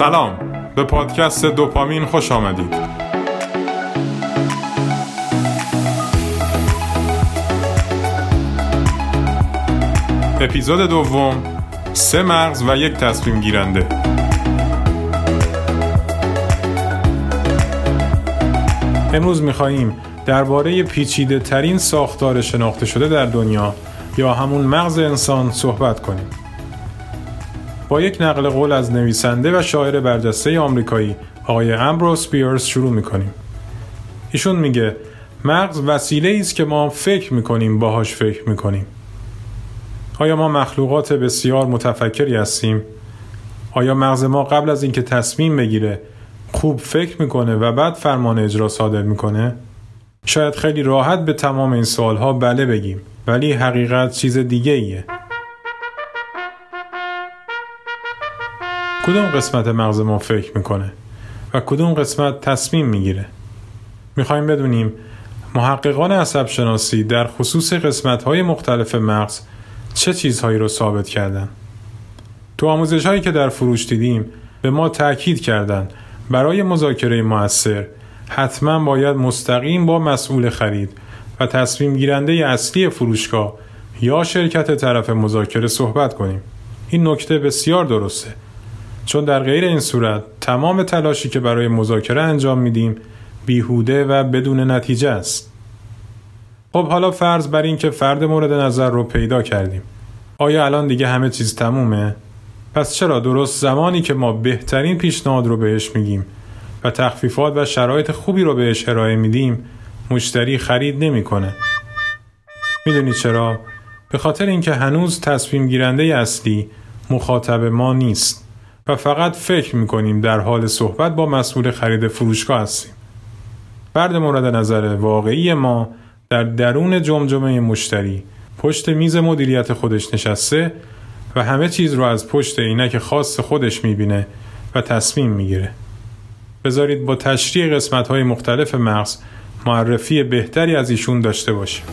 سلام، به پادکست دوپامین خوش آمدید. اپیزود دوم، 3 مغز و 1 تصمیم گیرنده. امروز می‌خواییم درباره پیچیده ترین ساختار شناخته شده در دنیا یا همون مغز انسان صحبت کنیم. با یک نقل قول از نویسنده و شاعر برجسته آمریکایی آقای امبروس بیرس شروع می‌کنیم. ایشون میگه مغز وسیله‌ای است که ما فکر می‌کنیم باهاش فکر می‌کنیم. آیا ما مخلوقات بسیار متفکری هستیم؟ آیا مغز ما قبل از اینکه تصمیم بگیره خوب فکر میکنه و بعد فرمان اجرا صادر میکنه؟ شاید خیلی راحت به تمام این سوالها بله بگیم، ولی حقیقت چیز دیگه ایه. کدوم قسمت مغز ما فکر میکنه و کدوم قسمت تصمیم میگیره؟ میخوایم بدونیم محققان عصب شناسی در خصوص قسمت‌های مختلف مغز چه چیزهایی رو ثابت کردن. تو آموزش‌هایی که در فروش دیدیم به ما تأکید کردن برای مذاکره مؤثر حتما باید مستقیم با مسئول خرید و تصمیم گیرنده اصلی فروشگاه یا شرکت طرف مذاکره صحبت کنیم. این نکته بسیار درسته، چون در غیر این صورت تمام تلاشی که برای مذاکره انجام میدیم بیهوده و بدون نتیجه است. خب حالا فرض بر این که فرد مورد نظر رو پیدا کردیم. آیا الان دیگه همه چیز تمومه؟ پس چرا درست زمانی که ما بهترین پیشنهاد رو بهش میگیم و تخفیفات و شرایط خوبی رو بهش ارائه میدیم مشتری خرید نمیکنه؟ میدونید چرا؟ به خاطر اینکه هنوز تصمیم گیرنده اصلی مخاطب ما نیست و فقط فکر میکنیم در حال صحبت با مسئول خرید فروشگاه هستیم. فرد مورد نظر واقعی ما در درون جمجمه مشتری پشت میز مدیریت خودش نشسته و همه چیز رو از پشت عینک خاص خودش میبینه و تصمیم میگیره. بذارید با تشریح قسمت‌های مختلف مغز معرفی بهتری از ایشون داشته باشیم.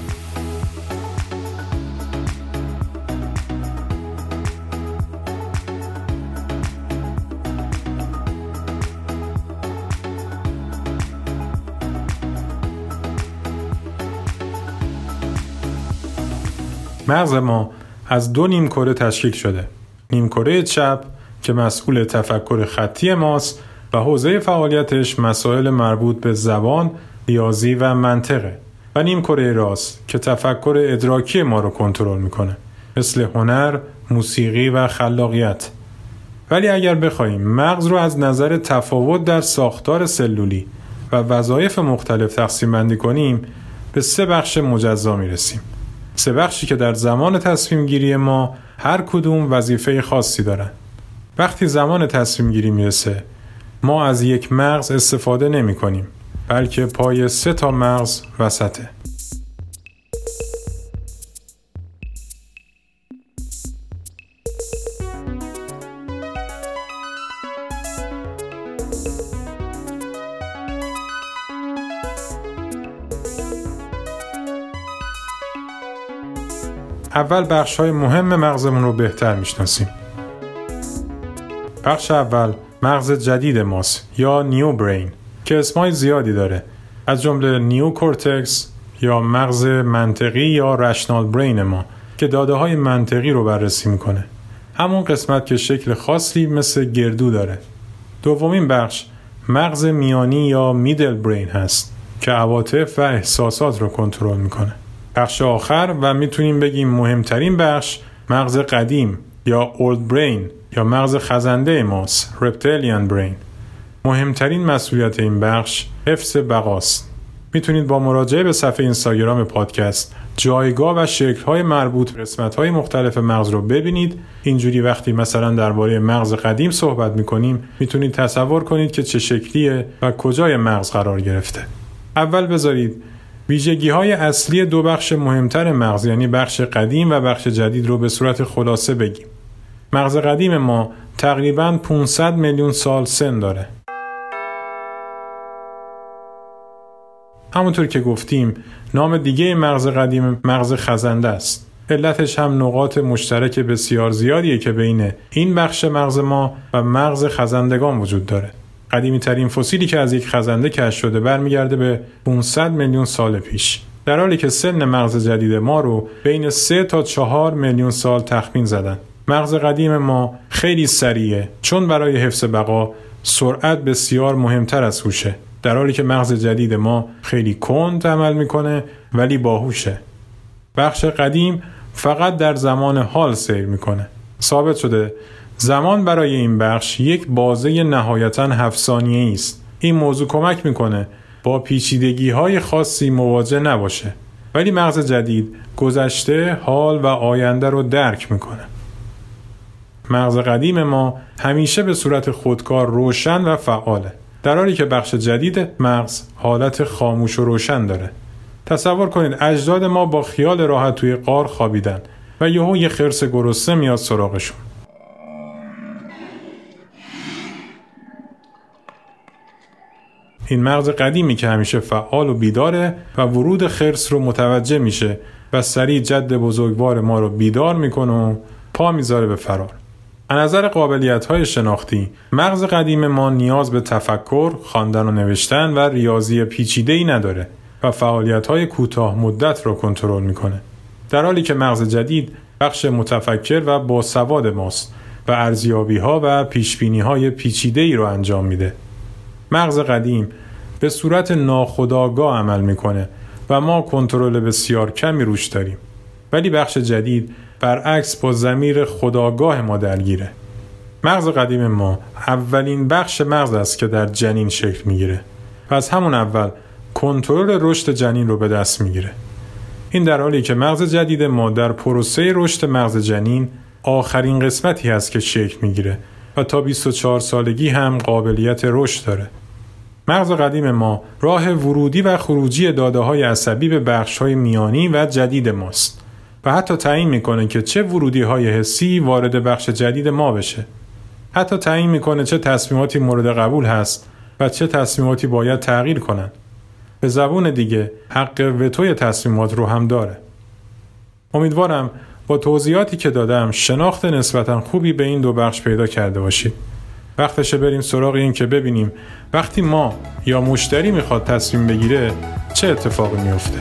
مغز ما از 2 نیمکره تشکیل شده. نیمکره چپ که مسئول تفکر خطی ماست و حوزه فعالیتش مسائل مربوط به زبان، ریاضی و منطقه، و نیمکره راست که تفکر ادراکی ما رو کنترل میکنه، مثل هنر، موسیقی و خلاقیت. ولی اگر بخوایم مغز رو از نظر تفاوت در ساختار سلولی و وظایف مختلف تقسیم بندی کنیم به 3 بخش مجزا میرسیم. 3 بخشی که در زمان تصمیم گیری ما هر کدوم وظیفه خاصی دارن. وقتی زمان تصمیم گیری میرسه ما از 1 مغز استفاده نمی کنیم، بلکه پای 3 تا مغز وسطه. اول بخش‌های مهم مغزمون رو بهتر میشناسیم. بخش اول مغز جدید ماست یا نیو برین که اسمای زیادی داره، از جمله نیو کورتکس یا مغز منطقی یا رشنال برین ما که داده‌های منطقی رو بررسی میکنه. همون قسمت که شکل خاصی مثل گردو داره. دومین بخش مغز میانی یا میدل برین هست که عواطف و احساسات رو کنترل میکنه. بخش آخر و میتونیم بگیم مهمترین بخش مغز قدیم یا اولد برین یا مغز خزنده ماست، رپتیلیان برین. مهمترین مسئولیت این بخش حفظ بقاست. میتونید با مراجعه به صفحه اینستاگرام پادکست جایگاه و شکل‌های مربوط به قسمت‌های مختلف مغز رو ببینید. اینجوری وقتی مثلا درباره مغز قدیم صحبت می‌کنیم میتونید تصور کنید که چه شکلیه و کجای مغز قرار گرفته. اول بذارید ویژگی‌های اصلی 2 بخش مهمتر مغز یعنی بخش قدیم و بخش جدید رو به صورت خلاصه بگیم. مغز قدیم ما تقریباً 500 میلیون سال سن داره. همونطور که گفتیم نام دیگه مغز قدیم مغز خزنده است. علتش هم نقاط مشترک بسیار زیادیه که بین این بخش مغز ما و مغز خزندگان وجود داره. قدیمی ترین فسیلی که از یک خزنده کشف شده برمیگرده به 500 میلیون سال پیش، در حالی که سن مغز جدید ما رو بین 3 تا 4 میلیون سال تخمین زدن. مغز قدیم ما خیلی سریعه، چون برای حفظ بقا سرعت بسیار مهمتر از هوشه، در حالی که مغز جدید ما خیلی کند عمل میکنه ولی باهوشه. بخش قدیم فقط در زمان حال سیر میکنه. ثابت شده زمان برای این بخش یک بازه نهایتاً 7 ثانیه‌ای است. این موضوع کمک میکنه با پیچیدگی‌های خاصی مواجه نباشه، ولی مغز جدید گذشته، حال و آینده رو درک میکنه. مغز قدیم ما همیشه به صورت خودکار روشن و فعاله، در حالی که بخش جدید مغز حالت خاموش و روشن داره. تصور کنید اجداد ما با خیال راحت توی غار خوابیدن و یهو یه خرس گرسنه میاد سراغشون. این مغز قدیمی که همیشه فعال و بیداره و ورود خرس رو متوجه میشه و سریع جد بزرگوار ما رو بیدار میکنه و پا میذاره به فرار. از نظر قابلیت‌های شناختی، مغز قدیم ما نیاز به تفکر، خواندن و نوشتن و ریاضی پیچیده‌ای نداره و فعالیت‌های کوتاه مدت رو کنترل میکنه، در حالی که مغز جدید بخش متفکر و باسواد ماست و ارزیابی‌ها و پیشبینی‌های پیچیده‌ای رو انجام میده. مغز قدیم به صورت ناخودآگاه عمل میکنه و ما کنترل بسیار کمی روش داریم، ولی بخش جدید برعکس با ضمیر خودآگاه ما درگیره. مغز قدیم ما اولین بخش مغز است که در جنین شکل میگیره و از همون اول کنترل رشد جنین رو به دست میگیره. این در حالی که مغز جدید ما در پروسه رشد مغز جنین آخرین قسمتی هست که شکل میگیره و تا 24 سالگی هم قابلیت رشد داره. مغز قدیم ما راه ورودی و خروجی داده‌های عصبی به بخش‌های میانی و جدید ماست و حتی تعیین میکنه که چه ورودی‌های حسی وارد بخش جدید ما بشه. حتی تعیین میکنه چه تصمیماتی مورد قبول هست و چه تصمیماتی باید تغییر کنن. به زبون دیگه حق وتوی تصمیمات رو هم داره. امیدوارم با توضیحاتی که دادم شناخت نسبتاً خوبی به این دو بخش پیدا کرده باشید. وقتشه بریم سراغ این که ببینیم وقتی ما یا مشتری میخواد تصمیم بگیره چه اتفاقی میفته.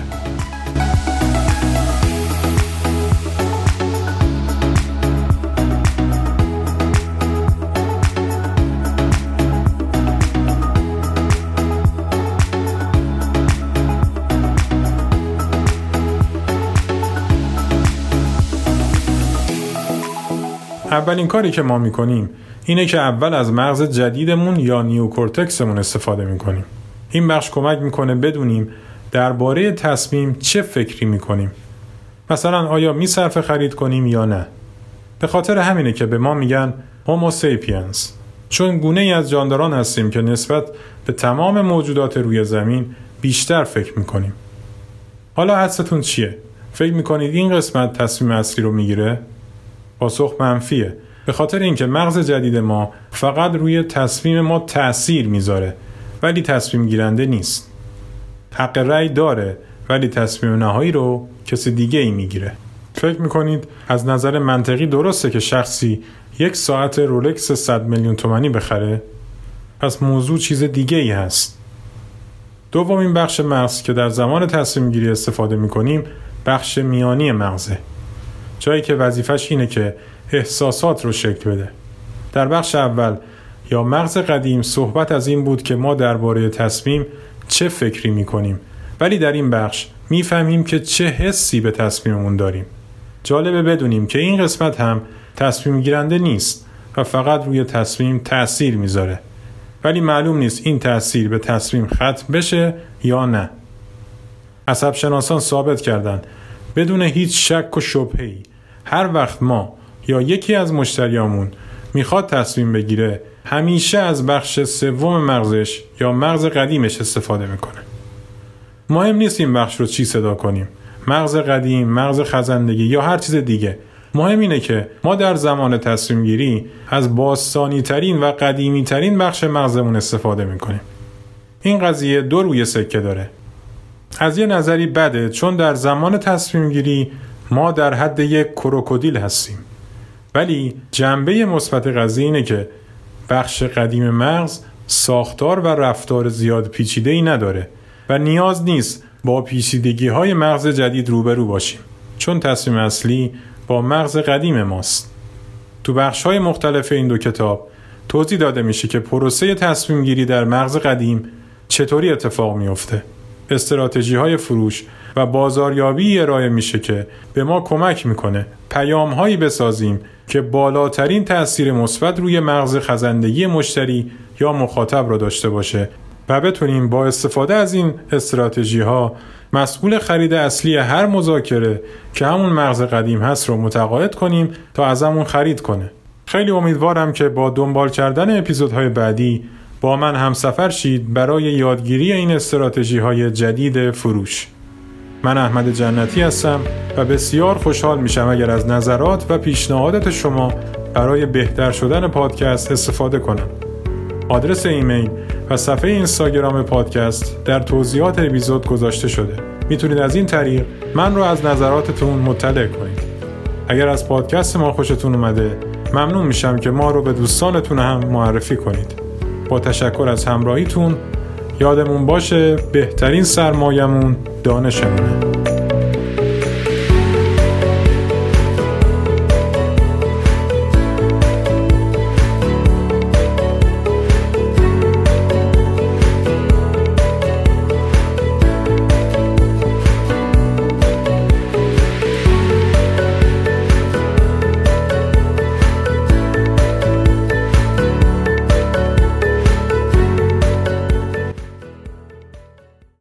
اولین کاری که ما میکنیم اینه که اول از مغز جدیدمون یا نیوکورتکسمون استفاده میکنیم. این بخش کمک میکنه بدونیم درباره تصمیم چه فکری میکنیم. مثلا آیا میصرفه خرید کنیم یا نه. به خاطر همینه که به ما میگن هومو سیپینز، چون گونه ای از جانداران هستیم که نسبت به تمام موجودات روی زمین بیشتر فکر میکنیم. حالا حدستون چیه؟ فکر میکنید این قسمت تصمیم اصلی رو میگیره؟ پاسخ منفیه، به خاطر اینکه مغز جدید ما فقط روی تصمیم ما تأثیر میذاره ولی تصمیم گیرنده نیست. حق رأی داره ولی تصمیم نهایی رو کسی دیگه ای میگیره. فکر میکنید از نظر منطقی درسته که شخصی 1 ساعت رولکس 100 میلیون تومانی بخره؟ پس موضوع چیز دیگه ای هست. دومین بخش مغز که در زمان تصمیم گیری استفاده میکنیم بخش میانی مغزه، جایی که وظیفش اینه که احساسات رو شکل بده. در بخش اول یا مغز قدیم صحبت از این بود که ما درباره تصمیم چه فکری میکنیم، ولی در این بخش میفهمیم که چه حسی به تصمیممون داریم. جالبه بدونیم که این قسمت هم تصمیم گیرنده نیست و فقط روی تصمیم تأثیر میذاره، ولی معلوم نیست این تأثیر به تصمیم ختم بشه یا نه. عصب شناسان ثابت کردن بدون هیچ شک و شبهه‌ای هر وقت ما یا یکی از مشتریامون میخواد تصمیم بگیره همیشه از بخش سوم مغزش یا مغز قدیمش استفاده میکنه. مهم نیست این بخش رو چی صدا کنیم، مغز قدیم، مغز خزندگی یا هر چیز دیگه. مهم اینه که ما در زمان تصمیم گیری از باستانی ترین و قدیمی ترین بخش مغزمون استفاده میکنیم. این قضیه 2 روی سکه داره. از یه نظری بده، چون در زمان تصمیم گیری ما در حد یک کروکودیل هستیم. ولی جنبه مثبت قضیه اینه که بخش قدیم مغز ساختار و رفتار زیاد پیچیده‌ای نداره و نیاز نیست با پیچیدگی‌های مغز جدید روبرو باشیم، چون تصمیم اصلی با مغز قدیم ماست. تو بخش‌های مختلف این دو کتاب توضیح داده میشه که پروسه تصمیم گیری در مغز قدیم چطوری اتفاق میفته. استراتژی‌های فروش و بازاریابی ارائه میشه که به ما کمک میکنه پیام‌هایی بسازیم که بالاترین تأثیر مثبت روی مغز خزندگی مشتری یا مخاطب را داشته باشه و بتونیم با استفاده از این استراتژی‌ها مسئول خرید اصلی هر مذاکره که همون مغز قدیم هست رو متقاعد کنیم تا ازمون خرید کنه. خیلی امیدوارم که با دنبال کردن اپیزودهای بعدی با من همسفر شید برای یادگیری این استراتژی‌های جدید فروش. من احمد جنتی هستم و بسیار خوشحال میشم اگر از نظرات و پیشنهادات شما برای بهتر شدن پادکست استفاده کنم. آدرس ایمیل و صفحه اینستاگرام پادکست در توضیحات اپیزود گذاشته شده. میتونید از این طریق من رو از نظراتتون مطلع کنید. اگر از پادکست ما خوشتون اومده، ممنون میشم که ما رو به دوستانتون هم معرفی کنید. با تشکر از همراهیتون. یادمون باشه بهترین سرمایه‌مون دانشمونه.